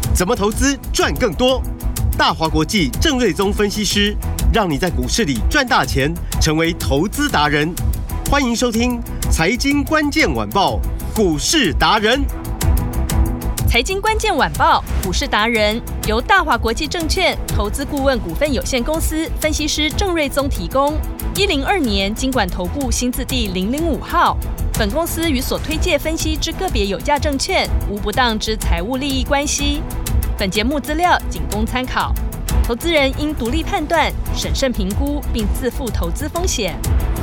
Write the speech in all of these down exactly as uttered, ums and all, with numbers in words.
怎么投资赚更多？大华国际郑瑞宗分析师，让你在股市里赚大钱，成为投资达人。欢迎收听《财经关键晚报》股市达人。 财经关键晚报股市达人由大华国际证券投资顾问股份有限公司分析师郑瑞宗提供。一零二年金管投顾新字第零零五号。本公司与所推介分析之个别有价证券无不当之财务利益关系。本节目资料仅供参考，投资人应独立判断、审慎评估，并自负投资风险。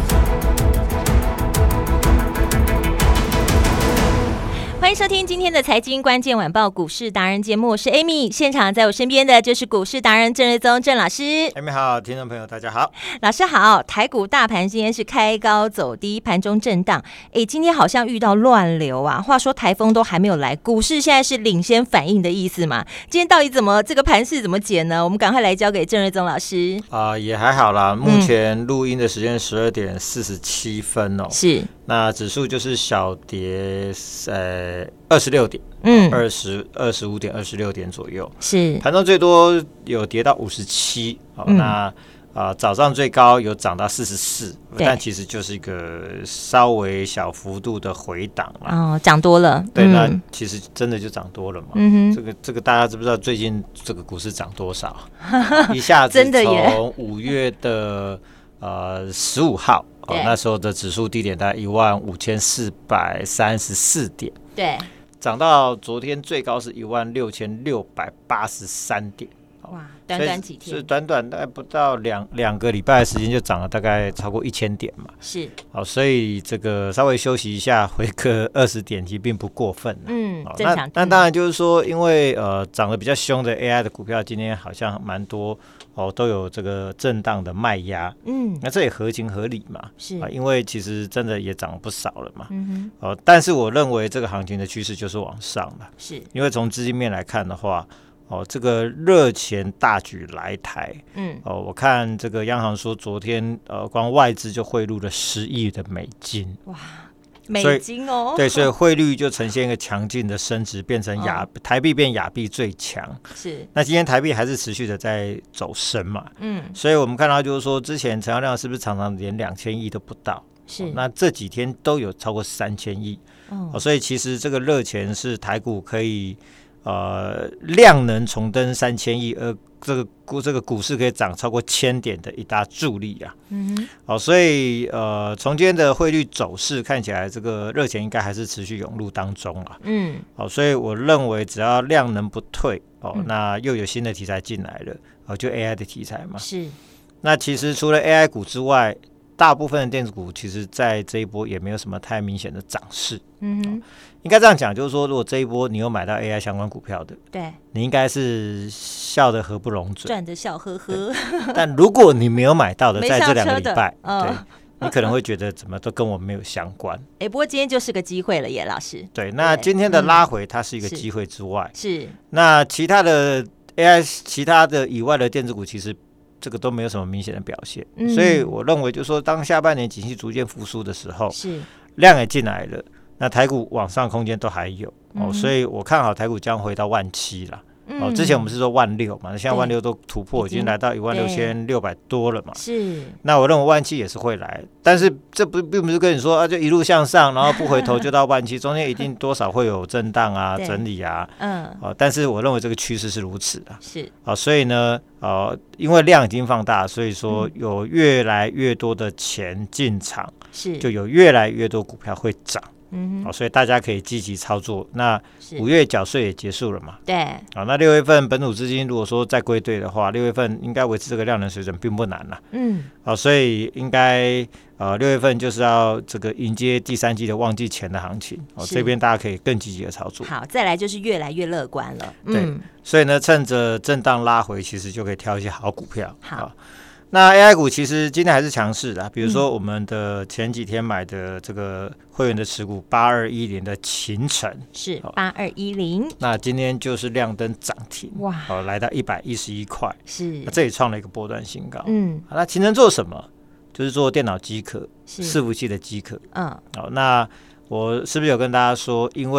欢迎收听今天的财经关键晚报股市达人节目，我是 Amy， 现场在我身边的就是股市达人郑瑞宗郑老师。 Amy 好，听众朋友大家好。 老师好。台股大盘今天是开高走低，盘中震荡，哎，今天好像遇到乱流啊。话说台风都还没有来，股市现在是领先反应的意思嘛？今天到底怎么这个盘势怎么解呢？我们赶快来交给郑瑞宗老师。 啊、呃，也还好啦。目前录音的时间十二点四十七分哦。 是。 那指数就是小跌呃二十六点， 嗯， 二十二十五点二十六点左右， 是盘中最多有跌到五十七，好， 嗯、 那啊、呃、早上最高有涨到四十四，但其实就是一个稍微小幅度的回档啦。 哦，涨多了， 对， 嗯、 那其实真的就涨多了嘛。 嗯哼， 这个这个大家知不知道最近这个股市涨多少？一下子从五月的呃十五号。哦、那时候的指数低点大概一万五千四百三十四点， 对， 涨到昨天最高是一万六千六百八十三点， 哇，短短几天， 是短短大概不到两两个礼拜的时间就涨了大概超过一千点嘛， 是， 好，所以这个稍微休息一下，回个二十点其实并不过分， 嗯， 哦、 正常。 那那当然就是说，因为呃涨得比较凶的 A I 的股票，今天好像蛮多。哦，都有这个震荡的卖压，嗯，那这也合情合理嘛， 是啊，因为其实真的也涨了不少了嘛， 嗯哼， 哦，但是我认为这个行情的趋势就是往上了， 是因为从资金面来看的话，哦，这个热钱大举来台，嗯，哦，我看这个央行说昨天呃，光外资就汇入了十亿的美金， 哇。美金哦， 对，所以汇率就呈现一个强劲的升值，变成亚、哦、台币变亚币最强。 是， 那今天台币还是持续的在走升嘛，嗯，所以我们看到就是说，之前成交量是不是常常连两千亿都不到？ 是、 哦，那这几天都有超过三千亿，哦哦，所以其实这个热钱是台股可以呃量能重登三千亿，而这个股这个股市可以涨超过千点的一大助力啊，嗯哼，好，所以呃，从今天的汇率走势看起来，这个热钱应该还是持续涌入当中啊，嗯，好，所以我认为只要量能不退，哦，嗯、那又有新的题材进来了，哦，就 A I 的题材嘛， 是， 那其实除了 A I 股之外，大部分的电子股其实在这一波也没有什么太明显的涨势，嗯哼，哦、应该这样讲，就是说，如果这一波你有买到 A I 相关股票的， 对， 你应该是笑得合不拢嘴， 赚得笑呵呵。 但如果你没有买到的，在这两个礼拜， 哦、 对，你可能会觉得怎么都跟我没有相关。 哎，不过今天就是个机会了耶，老师。 对，那今天的拉回它是一个机会之外， 嗯、是, 是那其他的 A I 其他的以外的电子股其实。这个都没有什么明显的表现，嗯、所以我认为就是说，当下半年景气逐渐复苏的时候，是量也进来了，那台股往上空间都还有、嗯哦、所以我看好台股将回到万七啦。嗯、哦，之前我们是说万六嘛，现在万六都突破，已经来到一万六千六百多了嘛。 是， 那我认为万七也是会来，但是这不并不是跟你说啊，就一路向上，然后不回头就到万七，中间一定多少会有震荡啊、整理啊。嗯。哦，但是我认为这个趋势是如此的。是。哦，所以呢，呃，因为量已经放大，所以说有越来越多的钱进场，是，就有越来越多股票会涨。嗯哦，所以大家可以积极操作。那五月缴税也结束了嘛？ 对。 好，那六月份本土资金如果说再归队的话，六月份应该维持这个量能水准并不难了。嗯。好，所以应该呃六月份就是要这个迎接第三季的旺季前的行情。哦，这边大家可以更积极的操作。 好，再来就是越来越乐观了。 嗯、对，所以呢，趁着震荡拉回，其实就可以挑一些好股票。 好。 好，那 A I 股其实今天还是强势的，比如说我们的前几天买的这个会员的持股八二一零的勤诚是八二一零， 那今天就是亮灯涨停，哇，好来到一百一十一块， 是， 这里创了一个波段新高。嗯，那勤诚做什么？就是做电脑机壳、伺服器的机壳。嗯，好，那我是不是有跟大家说，因为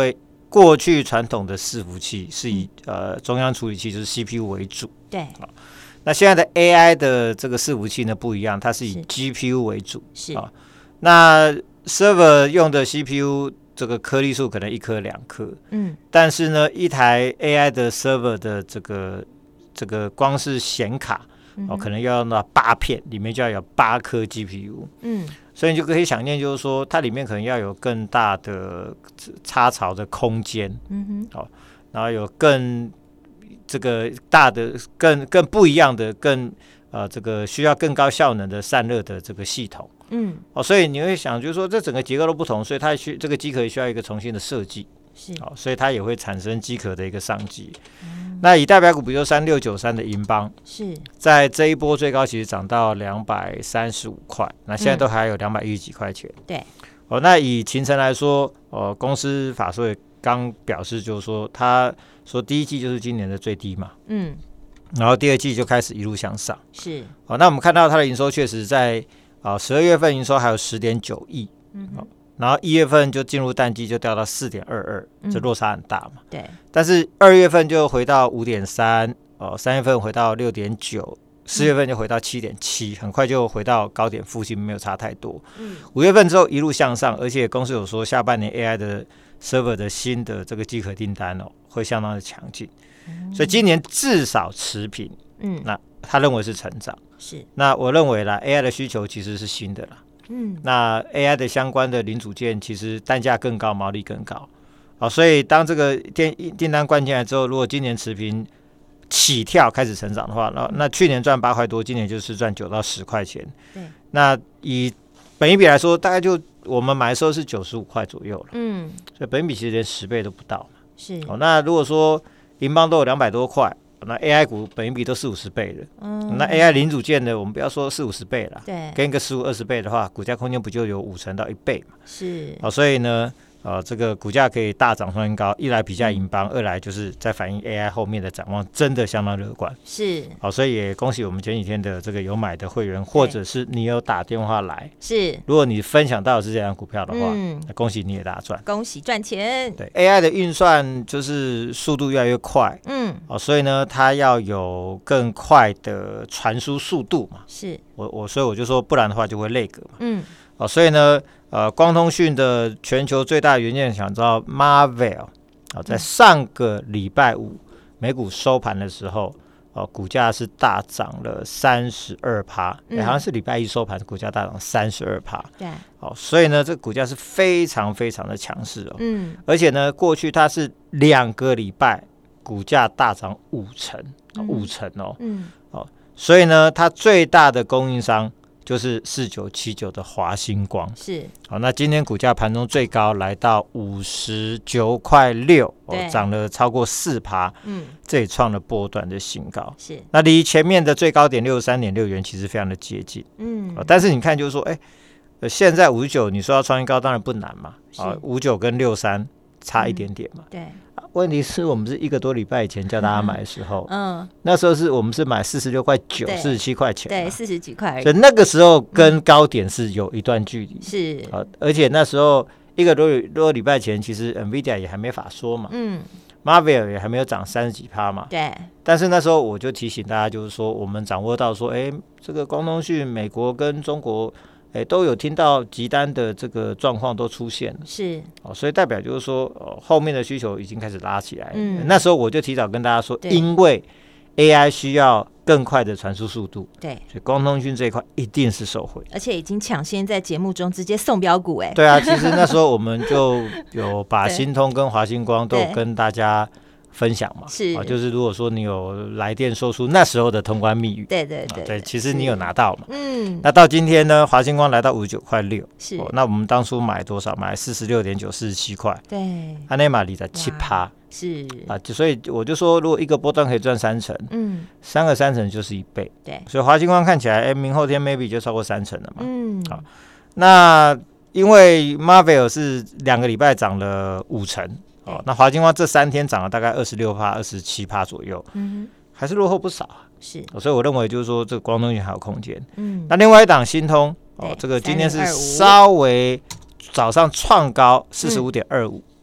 过去传统的伺服器是以、嗯、呃中央处理器就是 C P U 为主， 对， 啊，那现在的 A I 的这个伺服器呢不一样，它是以 G P U 为主， 是啊，那 server 用的 C P U 这个颗粒数可能一颗两颗，嗯，但是呢，一台 A I 的 server 的这个这个光是显卡。哦，可能要用到八片，里面就要有八颗 G P U， 嗯，所以你就可以想见，就是说它里面可能要有更大的插槽的空间，嗯哼，哦，然后有更这个大的、更更不一样的、更呃这个需要更高效能的散热的这个系统，嗯，哦，所以你会想，就是说这整个结构都不同，所以它需这个机壳需要一个重新的设计。是，哦，所以它也会产生机壳的一个上机。嗯、那以代表股，比如三六九三的银邦，是在这一波最高其实涨到两百三十五块，那现在都还有两百一十几块钱。嗯、对，哦，那以勤诚来说，呃，公司法说也刚表示，就是说，他说第一季就是今年的最低嘛，嗯，然后第二季就开始一路向上。是，哦，那我们看到它的营收确实在啊十二月份营收还有十点九亿，嗯。哦，然后一月份就进入淡季，就掉到四点二二，这落差很大嘛。对。但是二月份就回到五点三，哦，三月份回到六点九，四月份就回到七点七，很快就回到高点附近，没有差太多。嗯。五月份之后一路向上，而且公司有说下半年 A I 的 server 的新的这个机壳订单哦，会相当的强劲，嗯、所以今年至少持平。嗯。那他认为是成长。是。那我认为啦 ，A I 的需求其实是新的啦。嗯，那 A I 的相关的零组件其实单价更高，毛利更高，好，所以当这个订订单灌进来之后，如果今年持平起跳开始成长的话，那那去年赚八块多，今年就是赚九到十块钱。对，那以本益比来说，大概就我们买的时候是九十五块左右了。嗯，所以本益比其实连十倍都不到嘛。是，哦，那如果说银邦都有两百多块。那 A I 股本益比都四五十倍的，嗯，那 A I 零组件的，我们不要说四五十倍了，对，跟一个十五二十倍的话，股价空间不就有五成到一倍嘛？是，好，所以呢，呃，这个股价可以大涨创新高，一来比价银邦，二来就是在反映 A I 后面的展望真的相当乐观。是，好，所以也恭喜我们前几天的这个有买的会员，或者是你有打电话来，是，如果你分享到的是这张股票的话，嗯，那恭喜你也大赚， 恭喜赚钱。 对 ，A I 的运算就是速度越来越快，嗯，哦，所以呢，它要有更快的传输速度嘛。是，我我所以我就说，不然的话就会累格嘛。嗯，哦，所以呢。呃，光通讯的全球最大元件厂知道 Marvell 啊、哦，在上个礼拜五美股收盘的时候，哦，股价是大涨了三十二趴，好像是礼拜一收盘，股价大涨三十二趴。对，哦，所以呢，这股价是非常非常的强势哦。嗯，而且呢，过去它是两个礼拜股价大涨五成，嗯、五成哦。嗯，哦，所以呢，它最大的供应商。就是四九七九的华星光是好，那今天股价盘中最高来到五十九块六，涨了超过四趴，嗯，这也创了波段的新高。是，那离前面的最高点六十三点六元其实非常的接近，嗯，但是你看就是说，哎、欸，现在五十九你说要创新高当然不难嘛，啊，五十九跟六十三差一点点嘛，嗯、对。问题是我们是一个多礼拜以前叫大家买的时候，嗯，那时候是我们是买四十六块九，四十七块钱， 对，四十几块， 所以那个时候跟高点是有一段距离，嗯、是，啊，而且那时候一个多多礼拜前，其实 Nvidia 也还没法说嘛，嗯 ，Marvell 也还没有涨三十几趴嘛，对，但是那时候我就提醒大家，就是说我们掌握到说，哎，这个光通讯美国跟中国。哎，都有听到急单的这个状况都出现了，是哦，所以代表就是说，哦，后面的需求已经开始拉起来。嗯，那时候我就提早跟大家说，因为 A I 需要更快的传输速度，对，所以光通讯这一块一定是受惠， 而且已经抢先在节目中直接送标股，哎， 对啊，其实那时候我们就有把新通跟华星光都有跟大家。分享嘛，是、啊，就是如果说你有来电说出那时候的通关密语，对对 对,、啊、对，其实你有拿到嘛，嗯，那到今天呢，华星光来到五十九块六，是、哦，那我们当初买多少？买四十六点九，四十七块，对，安内玛里在七趴，是啊，所以我就说，如果一个波段可以赚三成，嗯，三个三成就是一倍，对，所以华星光看起来，哎，明后天 maybe 就超过三成了嘛，嗯，好，那因为 Marvell 是两个礼拜涨了五成。哦，那华星光这三天涨了大概二十六趴、二十七趴左右，嗯，还是落后不少啊。是、哦，所以我认为就是说，这个光通讯还有空间。嗯，那另外一档新通，哦，这个今天是稍微早上创高四十五点二五，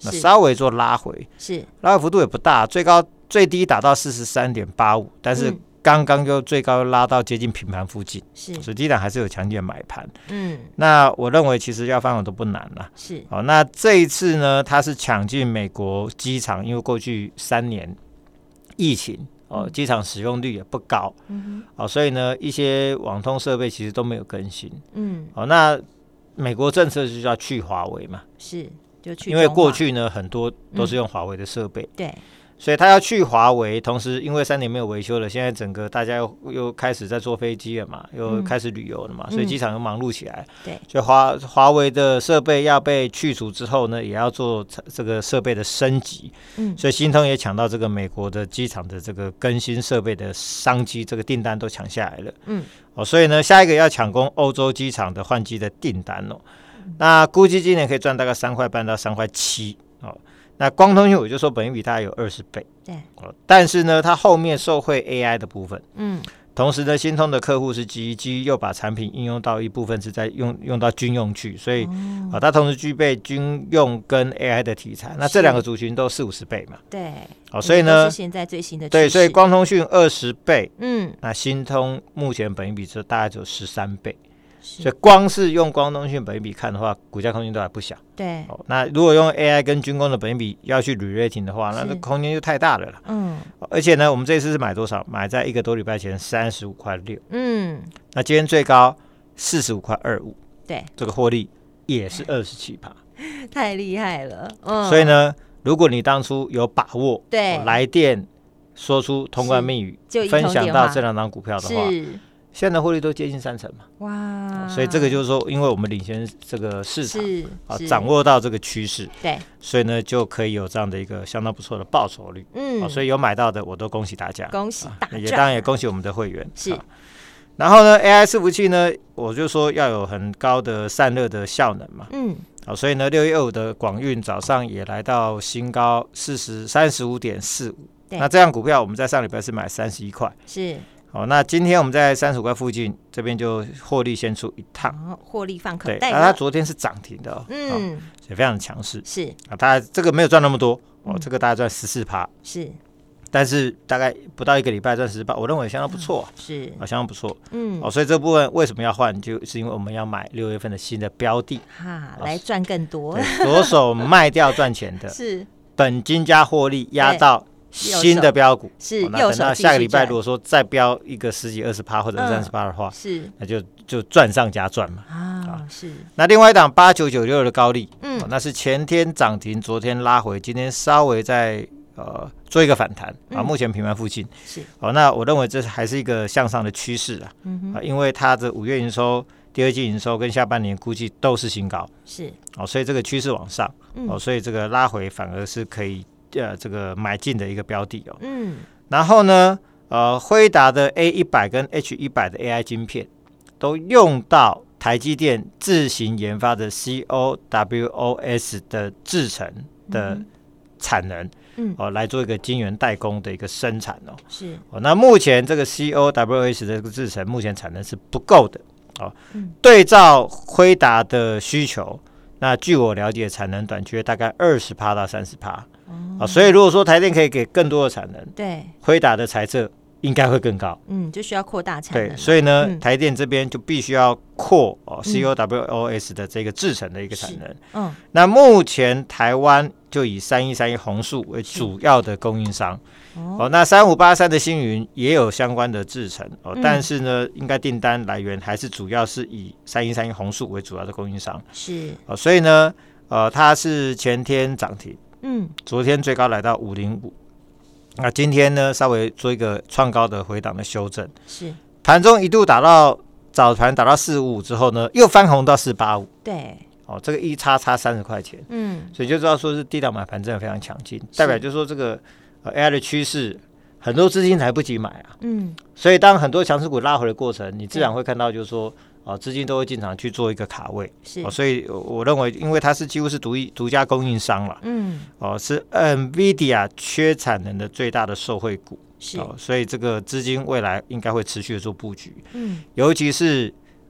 那稍微做拉回， 是拉回幅度也不大，最高最低打到 四十三点八五， 但是刚刚就最高拉到接近平盘附近，是，所以低档还是有强劲的买盘。嗯，那我认为其实要翻红都不难了。是，好、哦，那这一次呢，它是抢进美国机场，因为过去三年疫情哦，机场使用率也不高，嗯哦，所以呢，一些网通设备其实都没有更新。嗯，好、哦，那美国政策就是要去华为嘛， 是，就去， 因为过去呢很多都是用华为的设备，嗯、 对。 所以他要去华为，同时因为三年没有维修了，现在整个大家 又, 又开始在坐飞机了嘛，又开始旅游了嘛，嗯、所以机场又忙碌起来。对，所以华华为的设备要被去除之后呢，也要做这个设备的升级。嗯，所以新通也抢到这个美国的机场的这个更新设备的商机，这个订单都抢下来了。嗯，哦，所以呢，下一个要抢攻欧洲机场的换机的订单哦。嗯、那估计今年可以赚大概三块半到三块七哦。那光通讯我就说本益比大概有二十倍，对、哦，但是呢，它后面受惠 A I 的部分，嗯，同时呢，新通的客户是 G E G， 又把产品应用到一部分是在用用到军用去，所以啊、哦哦，它同时具备军用跟 A I 的题材，那这两个族群都四五十倍嘛， 对， 哦，所以呢， 是现在最新的对，所以光通讯二十倍，嗯，那新通目前本益比是大概只有十三倍。所以光是用光通讯本益比看的话，股价空间都还不小。对、哦，那如果用 A I 跟军工的本益比要去 re-rating 的话，那这空间就太大了啦。嗯，而且呢，我们这次是买多少？买在一个多礼拜前三十五块六。嗯，那今天最高四十五块二五。对，这个获利也是二十七趴， 太厉害了。嗯， 所以呢，如果你当初有把握，对、哦、来电说出通关密语，分享到这两档股票的话。现在的获利都接近三成嘛，哇！所以这个就是说，因为我们领先这个市场，啊，掌握到这个趋势，对，所以呢就可以有这样的一个相当不错的报酬率，嗯，啊、所以有买到的我都恭喜大家， 恭喜大家，啊、 也当然也恭喜我们的会员，是。然后呢 ，A I 伺服器呢，我就说要有很高的散热的效能嘛，嗯，好、啊，所以呢，六月二五的广运早上也来到新高四十三十五点四五，那这样股票我们在上礼拜是买三十一块，是。哦，那今天我们在三十五块附近，这边就获利先出一趟， 哦、获利放口袋。 那它昨天是涨停的、哦，嗯，哦、所以非常的强势。 是啊，大家这个没有赚那么多，哦，嗯、这个大概赚十四趴， 是， 但是大概不到一个礼拜赚十四趴，我认为相当不错、啊嗯，是啊，相当不错。嗯，哦，所以这部分为什么要换，就是因为我们要買六月份的新的标的， 哈，来赚更多， 左手卖掉赚钱的，是本金加获利压到。新的标股是， 哦、那等到下个礼拜，如果说再标一个十几、二十趴或者三十趴的话，嗯、是，那就就赚上加赚嘛。啊，啊是。那另外一档八九九六的高力，嗯、哦，那是前天涨停，昨天拉回，今天稍微在呃做一个反弹啊，目前平盘附近是。哦，那我认为这还是一个向上的趋势啊，嗯、啊，因为它的五月营收、第二季营收跟下半年估计都是新高，是。哦，所以这个趋势往上，嗯、哦，所以这个拉回反而是可以。呃，这个买进的一个标的哦，嗯，然后呢，呃，辉达的 A 一百 跟 H 一百 的 A I 晶片都用到台积电自行研发的 C O W O S 的制程的产能，嗯，哦，来做一个晶圆代工的一个生产哦，是哦，那目前这个 C O W O S 的这个制程目前产能是不够的哦，嗯、对照辉达的需求，那据我了解，产能短缺大概二十趴到三十趴。哦、所以如果说台电可以给更多的产能，对，辉达的财测应该会更高， 嗯，就需要扩大产能。 对，所以呢，嗯、台电这边就必须要扩哦 C O W O S 的这个制程的一个产能。嗯，那目前台湾就以三一三一弘塑为主要的供应商。哦, 哦，那三五八三的星云也有相关的制程哦，嗯、但是呢，应该订单来源还是主要是以三一三一弘塑为主要的供应商。是哦，所以呢，呃，它是前天涨停。嗯，昨天最高来到五零五，那今天呢稍微做一个创高的回档的修正，是盘中一度打到早盘打到四五五之后呢，又翻红到四八五，对，哦，这个一差差三十块钱，嗯，所以就知道说是低档买盘真的非常强劲，代表就是说这个、呃、A I 的趋势，很多资金来不及买啊，嗯，所以当很多强势股拉回的过程，你自然会看到就是说。哦，资金都会经常去做一个卡位，是、哦，所以我认为，因为它是几乎是独一独家供应商了，嗯，哦，是 NVIDIA 缺产能的最大的受惠股，是、哦，所以这个资金未来应该会持续的做布局，嗯，尤其是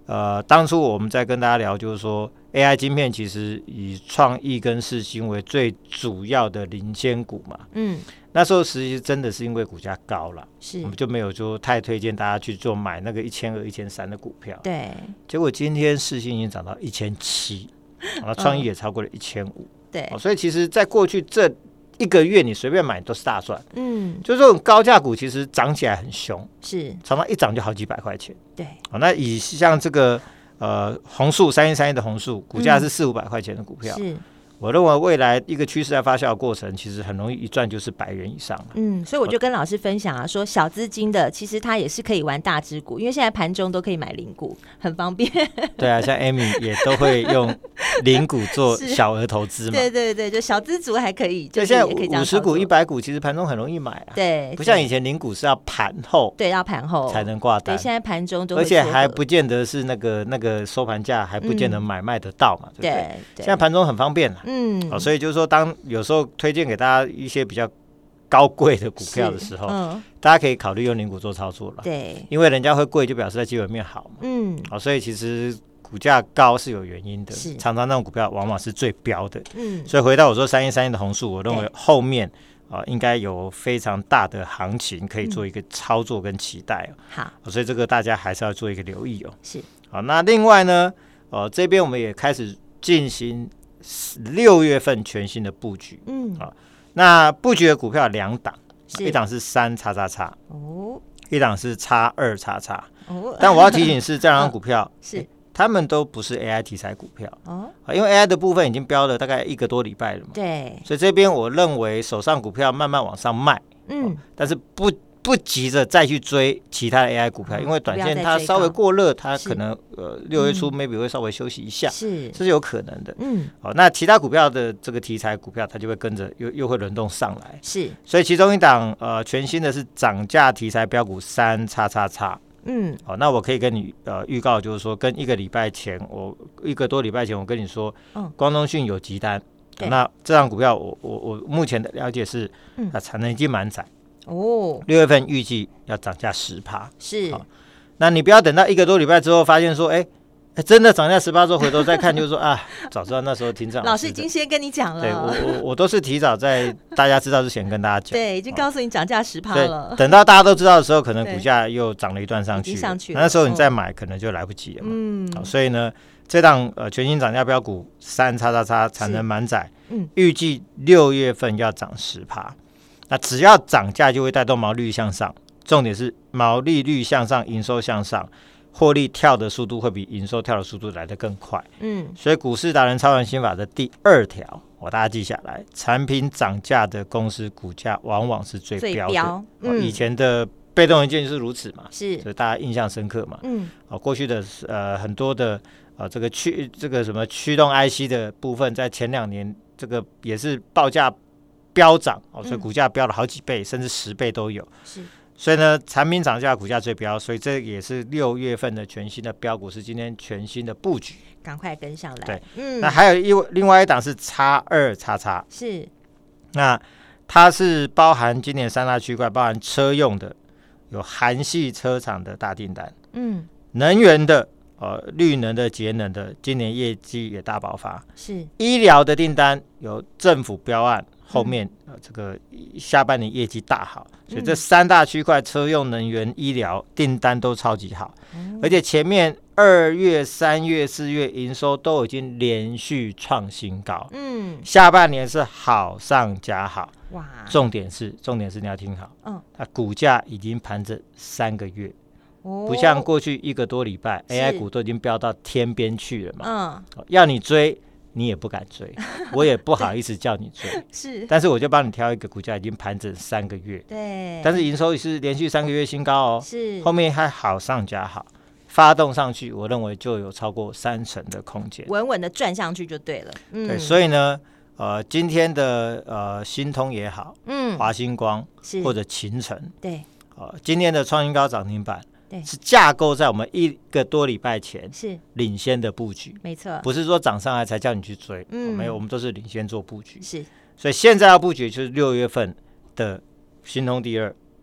呃，当初我们在跟大家聊，就是说 A I 晶片其实以创意跟世芯为最主要的领先股嘛。嗯，那时候实际真的是因为股价高了，是我们就没有就太推荐大家去做买那个一千二、一千三的股票。对，结果今天世芯已经涨到一千七，然后创意也超过了一千五。对，所以其实在过去这一个月，你随便买都是大赚。嗯，就是这种高价股其实涨起来很凶，是常常一涨就好几百块钱。对，好，那以像这个呃红树三一三一的红树，股价是四五百块钱的股票。是。我认为未来一个趋势在发酵的过程，其实很容易一赚就是百元以上。 嗯，所以我就跟老师分享啊，说小资金的其实它也是可以玩大只股，因为现在盘中都可以买零股，很方便。 对啊，像 Amy 也都会用零股做小额投资嘛。 对对对，就小资族还可以。 对，现在五十股、一百股其实盘中很容易买啊。对，不像以前零股是要盘后， 对，要盘后才能挂单。 对，现在盘中都会， 而且还不见得是那个那个收盘价，还不见得买卖得到嘛，对不对？对，现在盘中很方便了。嗯，好，所以就。就是说，当有时候推荐给大家一些比较高贵的股票的时候，嗯、大家可以考虑用零股做操作了。对，因为人家会贵，就表示在基本面好嘛。嗯，好，所以其实股价高是有原因的，常常那种股票往往是最标的。嗯，所以回到我说三一三一的红树，我认为后面啊、呃、应该有非常大的行情可以做一个操作跟期待、哦嗯。好，所以这个大家还是要做一个留意哦。是，好，那另外呢，呃，这边我们也开始进行。六月份全新的布局，嗯，好，那布局的股票两档，一档是三叉叉叉，哦，一档是叉二叉叉，哦，但我要提醒是这两档股票是他们都不是 A I 题材股票，哦，因为 A I 的部分已经标了大概一个多礼拜了嘛，对，所以这边我认为手上股票慢慢往上卖，嗯，但是不。不急着再去追其他的 A I 股票，因为短线它稍微过热，它可能呃六月初 maybe 会稍微休息一下，是这是有可能的。嗯，好，那其他股票的这个题材股票，它就会跟着又又会轮动上来。是，所以其中一档呃全新的是涨价题材标股三叉叉叉。嗯，好，那我可以跟你呃预告，就是说跟一个礼拜前，我一个多礼拜前我跟你说，嗯，光通讯有急单，那这档股票我我我目前的了解是，嗯，它产能已经满载。哦，六月份预计要涨价十趴，是。那你不要等到一个多礼拜之后，发现说，哎、欸，真的涨价十趴之后，回头再看，就是说啊，早知道那时候听涨。 老师已经先跟你讲了， 对我我我都是提早在大家知道之前跟大家讲， 对，已经告诉你涨价十趴了。 等到大家都知道的时候，可能股价又涨了一段上去，上去那时候你再买，可能就来不及了嘛。嗯，好，所以呢，这档呃全新涨价标股三叉叉叉产能满载，嗯，预计六月份要涨十趴。那只要涨价就会带动毛利率向上，重点是毛利率向上，营收向上，获利跳的速度会比营收跳的速度来得更快。嗯，所以股市达人超人心法的第二条，我大家记下来：产品涨价的公司股价往往是最标的。标嗯、以前的被动元件就是如此嘛，是，所以大家印象深刻嘛。嗯，哦，过去的呃很多的呃这个驱这个什么驱动 I C 的部分，在前两年这个也是报价。飙涨哦，所以股价飙了好几倍，嗯、甚至十倍都有。是，所以呢，产品涨价，股价最飙，所以这也是六月份的全新的标股，是今天全新的布局， 赶快跟上来。 对，嗯，那还有一另外一档是叉二叉叉， 是， 那它是包含今年三大区块，包含车用的，有韩系车厂的大订单，嗯，能源的。呃，绿能的、节能的，今年业绩也大爆发。是医疗的订单有政府标案，后面、嗯、呃这个下半年业绩大好，所以这三大区块车用、能源、医疗订单都超级好，嗯、而且前面二月、三月、四月营收都已经连续创新高。嗯，下半年是好上加好。哇，重点是重点是你要听好，嗯，它股价已经盘整三个月。不像过去一个多礼拜 ，A I 股都已经飙到天边去了嘛。嗯，要你追，你也不敢追，我也不好意思叫你追。是，但是我就帮你挑一个股价已经盘整三个月，对，但是营收也是连续三个月新高哦。是，后面还好上加好，发动上去，我认为就有超过三成的空间， 稳稳的转上去就对了。嗯， 对，所以呢，呃，今天的呃新通也好，嗯，华星光或者勤诚，对，呃，今天的创新高涨停板。是架构在我们一个多礼拜前是领先的布局，没错，不是说涨上来才叫你去追，嗯，没有，我们都是领先做布局，是，所以现在要布局就是六月份的新通第二、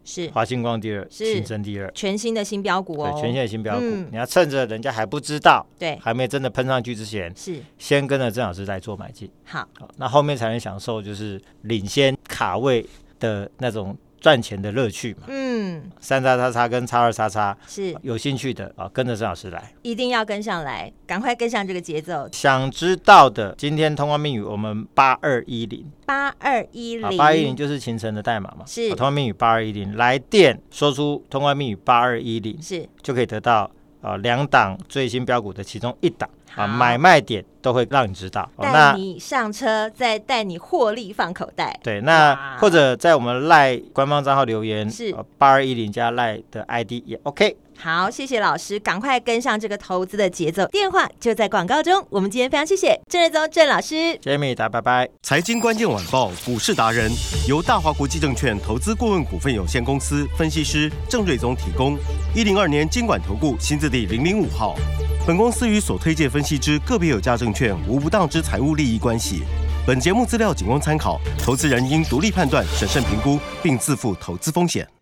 是华星光第二， 是新生第二， 全新的新标股哦， 对，全新的新标股， 嗯你要趁着人家还不知道， 对， 还没真的喷上去之前， 是先跟着郑老师来做买进， 好， 好，那后面才能享受就是领先卡位的那种赚钱的乐趣嘛。 嗯， 三叉叉叉跟叉二叉叉是有兴趣的啊，跟着郑老师来。 一定要跟上来，赶快跟上这个节奏。 想知道的，今天通关密语我们八二一零， 八二一零， 八一零就是秦城的代码嘛， 是通关密语八二一零，来电说出通关密语八二一零， 是就可以得到啊两档最新标股的其中一档好啊，买卖点都会让你知道。哦带那你上车，再带你获利放口袋。 对，那哇或者在我们赖官方账号留言是八二一零加赖的 I D 也 OK。 好，谢谢老师，赶快跟上这个投资的节奏。电话就在广告中。我们今天非常谢谢郑瑞宗郑老师。 Jamie 打拜拜。 财经关键晚报股市达人由大华国际证券投资顾问股份有限公司分析师郑瑞宗提供。一零二年金管投顾新字第零零五号。本公司与所推介分析之个别有价证券无不当之财务利益关系。本节目资料仅供参考，投资人应独立判断、审慎评估，并自负投资风险。